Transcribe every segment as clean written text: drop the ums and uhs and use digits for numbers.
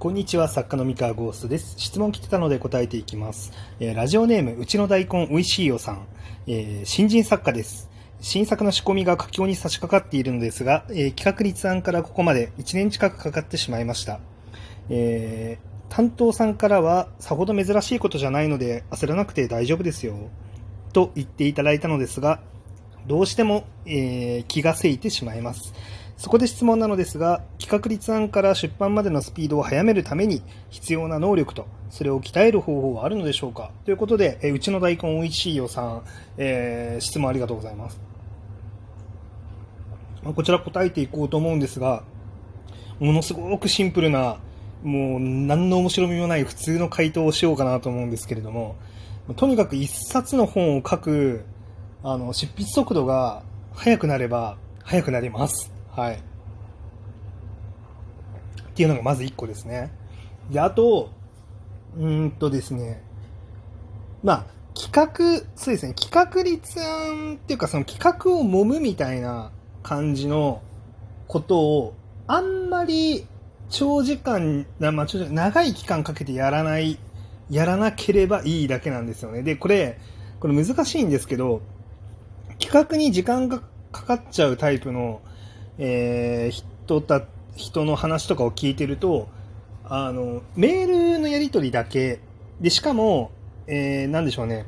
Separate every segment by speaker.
Speaker 1: こんにちは、作家の三河ゴーストです。質問来てたので答えていきます。ラジオネーム、うちの大根おいしいよさん、新人作家です。新作の仕込みが佳境に差し掛かっているのですが、企画立案からここまで1年近くかかってしまいました。担当さんからはさほど珍しいことじゃないので焦らなくて大丈夫ですよと言っていただいたのですが、どうしても、気がせいてしまいます。そこで質問なのですが、企画立案から出版までのスピードを速めるために必要な能力とそれを鍛える方法はあるのでしょうか、ということで、うちの大根おいしいよさん、質問ありがとうございます。こちら答えていこうと思うんですが、ものすごくシンプルな、もう何の面白みもない普通の回答をしようかなと思うんですけれども、とにかく一冊の本を書く執筆速度が速くなれば速くなります。はい。っていうのがまず1個ですね。で、あと、ですね、企画、そうですね、企画立案っていうか、その企画を揉むみたいな感じのことを、あんまり長時間、長い期間かけてやらなければいいだけなんですよね。で、これ難しいんですけど、企画に時間がかかっちゃうタイプの、人の話とかを聞いてると、メールのやり取りだけで、しかも、なんでしょうね、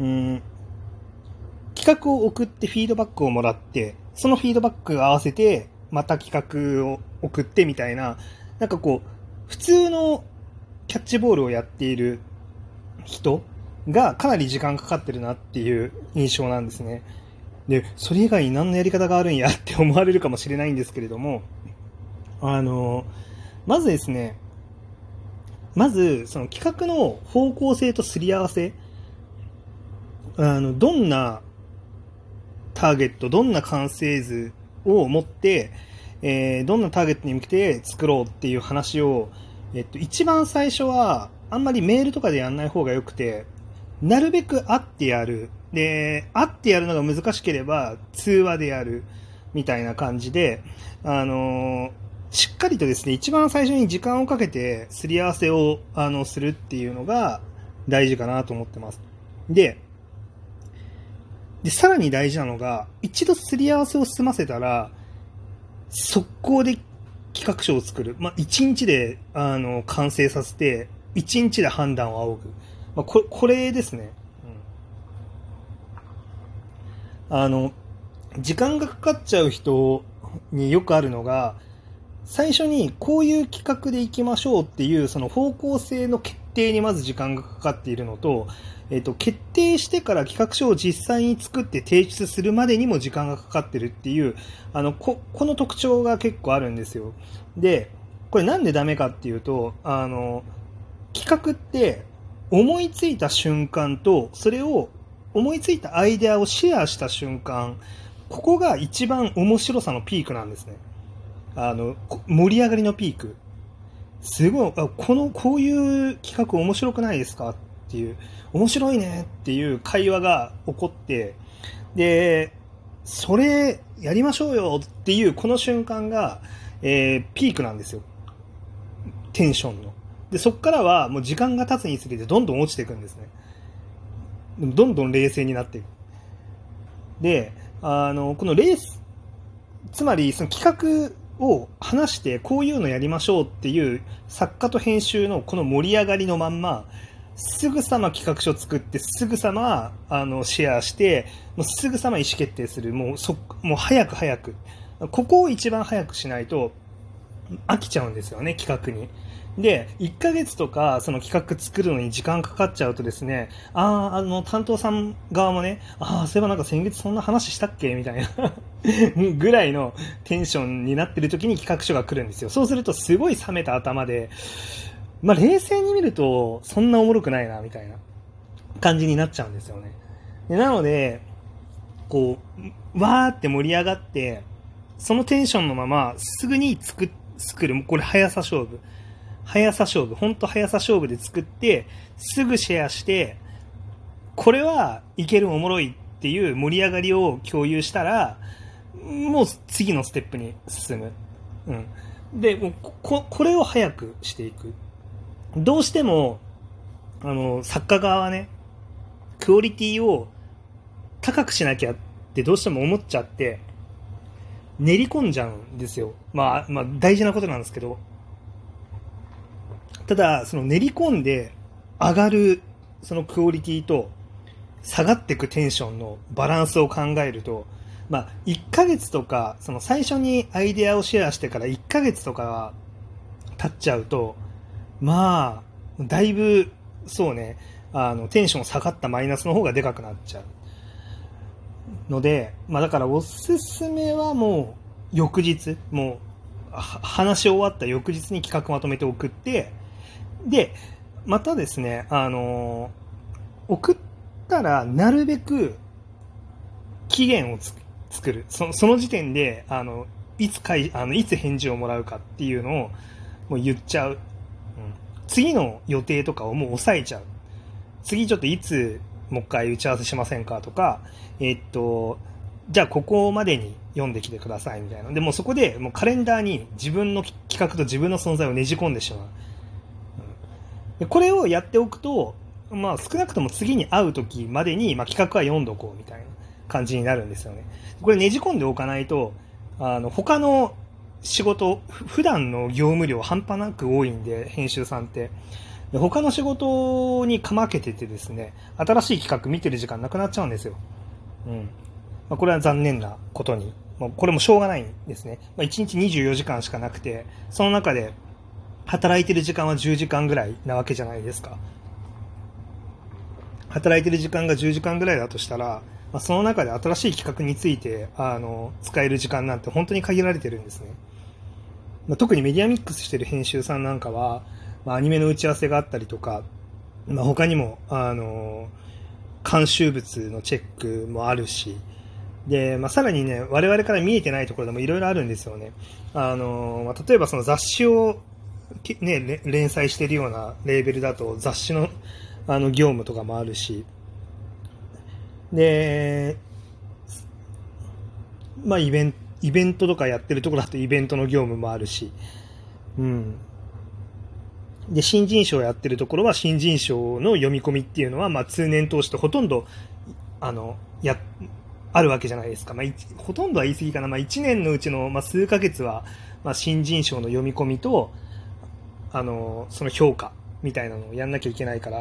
Speaker 1: 企画を送ってフィードバックをもらって、そのフィードバックを合わせてまた企画を送ってみたいな、なんかこう普通のキャッチボールをやっている人がかなり時間かかってるなっていう印象なんですね。で、それ以外に何のやり方があるんやって思われるかもしれないんですけれども、まずですね、その企画の方向性とすり合わせ、どんなターゲット、どんな完成図を持って、どんなターゲットに向けて作ろうっていう話を、一番最初はあんまりメールとかでやんない方がよくて、なるべく会ってやる。で、会ってやるのが難しければ通話でやるみたいな感じで、しっかりとですね、一番最初に時間をかけてすり合わせをするっていうのが大事かなと思ってます。で、さらに大事なのが、一度すり合わせを済ませたら、速攻で企画書を作る。1日で完成させて、1日で判断を仰ぐ。これですね。時間がかかっちゃう人によくあるのが、最初にこういう企画でいきましょうっていうその方向性の決定にまず時間がかかっているのと、決定してから企画書を実際に作って提出するまでにも時間がかかってるっていう、この特徴が結構あるんですよ。で、これなんでダメかっていうと、企画って思いついた瞬間と、それを思いついたアイデアをシェアした瞬間、ここが一番面白さのピークなんですね。盛り上がりのピーク。すごい、こういう企画面白くないですかっていう、面白いねっていう会話が起こって、で、それやりましょうよっていうこの瞬間が、ピークなんですよ。テンションの。で、そこからはもう時間が経つにつれてどんどん落ちていくんですね。どんどん冷静になっていく。で、このレース、つまりその企画を話してこういうのやりましょうっていう作家と編集のこの盛り上がりのまんま、すぐさま企画書作ってすぐさまシェアしてもうすぐさま意思決定する。もう早くここを一番早くしないと飽きちゃうんですよね、企画に。で、1ヶ月とかその企画作るのに時間かかっちゃうとですね、担当さん側もね、そういえばなんか先月そんな話したっけみたいなぐらいのテンションになってる時に企画書が来るんですよ。そうするとすごい冷めた頭で、冷静に見るとそんなおもろくないなみたいな感じになっちゃうんですよね。でなので、こう、わーって盛り上がって、そのテンションのまますぐに作る、これ速さ勝負、本当速さ勝負で作ってすぐシェアして、これはいける、おもろいっていう盛り上がりを共有したら、もう次のステップに進む。 で、もうこれを早くしていく。どうしても、作家側はね、クオリティを高くしなきゃってどうしても思っちゃって、練り込んじゃうんですよ。まあ大事なことなんですけど。ただ、その練り込んで上がるそのクオリティと下がっていくテンションのバランスを考えると、まあ、1ヶ月とか、その最初にアイデアをシェアしてから1ヶ月とか経っちゃうと、まあ、だいぶ、そうね、テンション下がったマイナスの方がでかくなっちゃう。ので、まあだからおすすめはもう、翌日、もう、話し終わった翌日に企画まとめて送って、で、またですね、送ったら、なるべく、期限を作る。その時点で、いつ返事をもらうかっていうのを、もう言っちゃう。次の予定とかをもう抑えちゃう。次ちょっといつもう一回打ち合わせしませんかとか、じゃあここまでに読んできてくださいみたいな。でもうそこでもうカレンダーに自分の企画と自分の存在をねじ込んでしまう。でこれをやっておくと、まあ少なくとも次に会う時までに、まあ、企画は読んどこうみたいな感じになるんですよね。これねじ込んでおかないと、他の仕事、普段の業務量半端なく多いんで、編集さんって。他の仕事にかまけててですね、新しい企画見てる時間なくなっちゃうんですよ。まあ、これは残念なことに。もうこれもしょうがないんですね。まあ、1日24時間しかなくて、その中で働いてる時間は10時間ぐらいなわけじゃないですか。働いてる時間が10時間ぐらいだとしたら、まあ、その中で新しい企画について使える時間なんて本当に限られてるんですね。まあ、特にメディアミックスしてる編集さんなんかは、まあ、アニメの打ち合わせがあったりとか、まあ、他にも監修物のチェックもあるし、で、まあ、さらにね、我々から見えてないところでもいろいろあるんですよね。まあ、例えばその雑誌を、ね、連載しているようなレーベルだと雑誌の業務とかもあるし、で、まあイベントとかやってるところだとイベントの業務もあるし、で、新人賞やってるところは新人賞の読み込みっていうのは、まあ通年通してほとんど、あるわけじゃないですか。まあ、ほとんどは言い過ぎかな。まあ1年のうちの、まあ、数ヶ月は、まあ新人賞の読み込みと、その評価みたいなのをやんなきゃいけないから、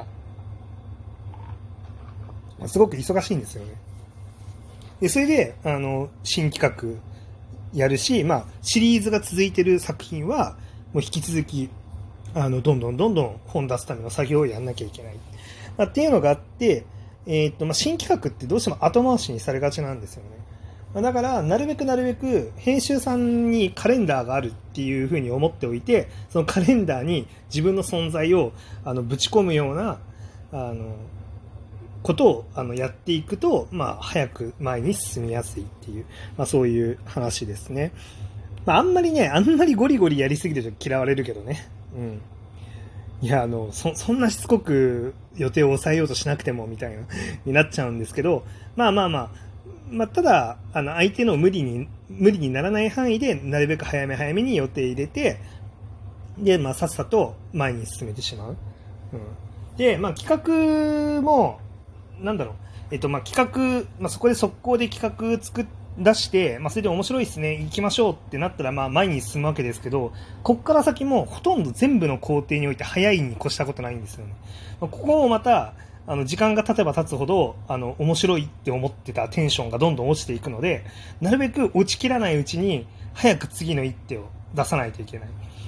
Speaker 1: すごく忙しいんですよね。で、それで、新企画やるし、まあ、シリーズが続いてる作品は、もう引き続き、どんどん本出すための作業をやんなきゃいけない。まあ、っていうのがあって、まあ、新企画ってどうしても後回しにされがちなんですよね。まあ、だから、なるべく、編集さんにカレンダーがあるっていうふうに思っておいて、そのカレンダーに自分の存在を、ぶち込むような、ことをやっていくと、まあ、早く前に進みやすいっていう、まあ、そういう話ですね。まあ、あんまりゴリゴリやりすぎると嫌われるけどね。いや、そんなしつこく予定を抑えようとしなくてもみたいなになっちゃうんですけど、まあ、ただ、相手の無理にならない範囲で、なるべく早めに予定入れて、で、まあ、さっさと前に進めてしまう。で、まあ、企画も、なんだろう、まあ、企画、まあ、そこで速攻で企画出して、まあ、それで面白いですね、行きましょうってなったら、まあ、前に進むわけですけど、こっから先もほとんど全部の工程において早いに越したことないんですよね。まあ、ここもまた、時間が経てば経つほど、面白いって思ってたテンションがどんどん落ちていくので、なるべく落ちきらないうちに、早く次の一手を出さないといけない。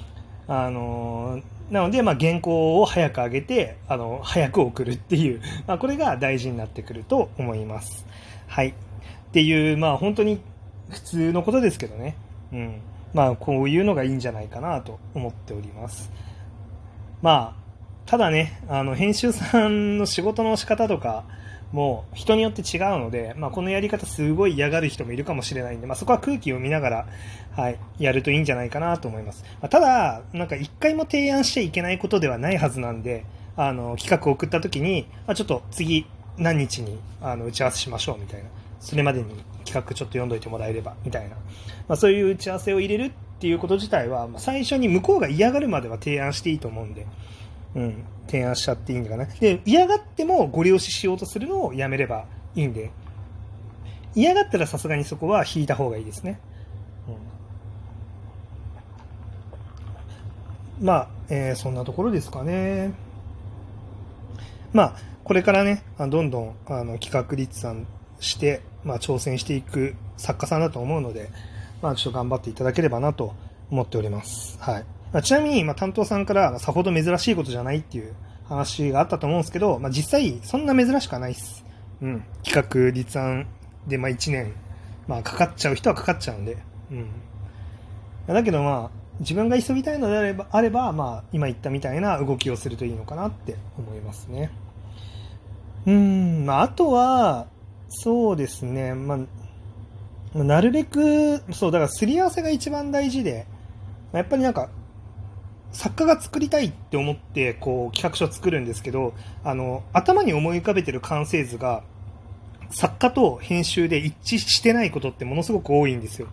Speaker 1: なので、まあ、原稿を早く上げて、早く送るっていう、まあ、これが大事になってくると思います。はい。っていう、まあ、本当に普通のことですけどね。まあ、こういうのがいいんじゃないかなと思っております。まあ、ただね、編集さんの仕事の仕方とか、もう人によって違うので、まあ、このやり方すごい嫌がる人もいるかもしれないんで、まあ、そこは空気を見ながら、はい、やるといいんじゃないかなと思います。まあ、ただ、なんか一回も提案しちゃいけないことではないはずなんで、企画を送った時に、まあ、ちょっと次何日に打ち合わせしましょうみたいな、それまでに企画ちょっと読んどいてもらえればみたいな、まあ、そういう打ち合わせを入れるってっていうこと自体は、最初に向こうが嫌がるまでは提案していいと思うんで、提案しちゃっていいんかな。で、嫌がってもご利用ししようとするのをやめればいいんで、嫌がったらさすがにそこは引いた方がいいですね。そんなところですかね。これからね、どんどん企画立案して、挑戦していく作家さんだと思うので、ちょっと頑張っていただければなと思っております。はい。ちなみに、担当さんからさほど珍しいことじゃないっていう話があったと思うんですけど、実際そんな珍しくはないです。企画立案で1年、かかっちゃう人はかかっちゃうんで。だけど自分が急ぎたいのであれば、今言ったみたいな動きをするといいのかなって思いますね。あとは、そうですね、なるべく、だからすり合わせが一番大事で、やっぱり作家が作りたいって思って、企画書を作るんですけど、頭に思い浮かべてる完成図が、作家と編集で一致してないことってものすごく多いんですよ。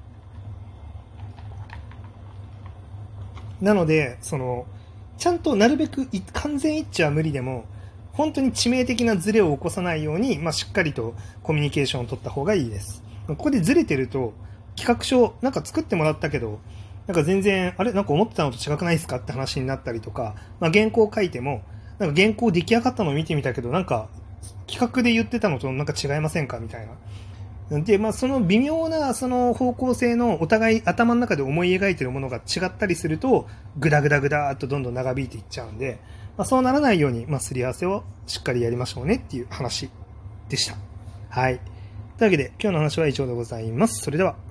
Speaker 1: なので、ちゃんとなるべく完全一致は無理でも、本当に致命的なズレを起こさないように、しっかりとコミュニケーションを取った方がいいです。ここでズレてると、企画書、作ってもらったけど、全然、思ってたのと違くないですかって話になったりとか、原稿書いても、原稿出来上がったのを見てみたけど、企画で言ってたのと違いませんかみたいな。で、その微妙なその方向性のお互い頭の中で思い描いているものが違ったりすると、グダグダグダーっとどんどん長引いていっちゃうんで、そうならないように、すり合わせをしっかりやりましょうねっていう話でした。はい。というわけで、今日の話は以上でございます。それでは。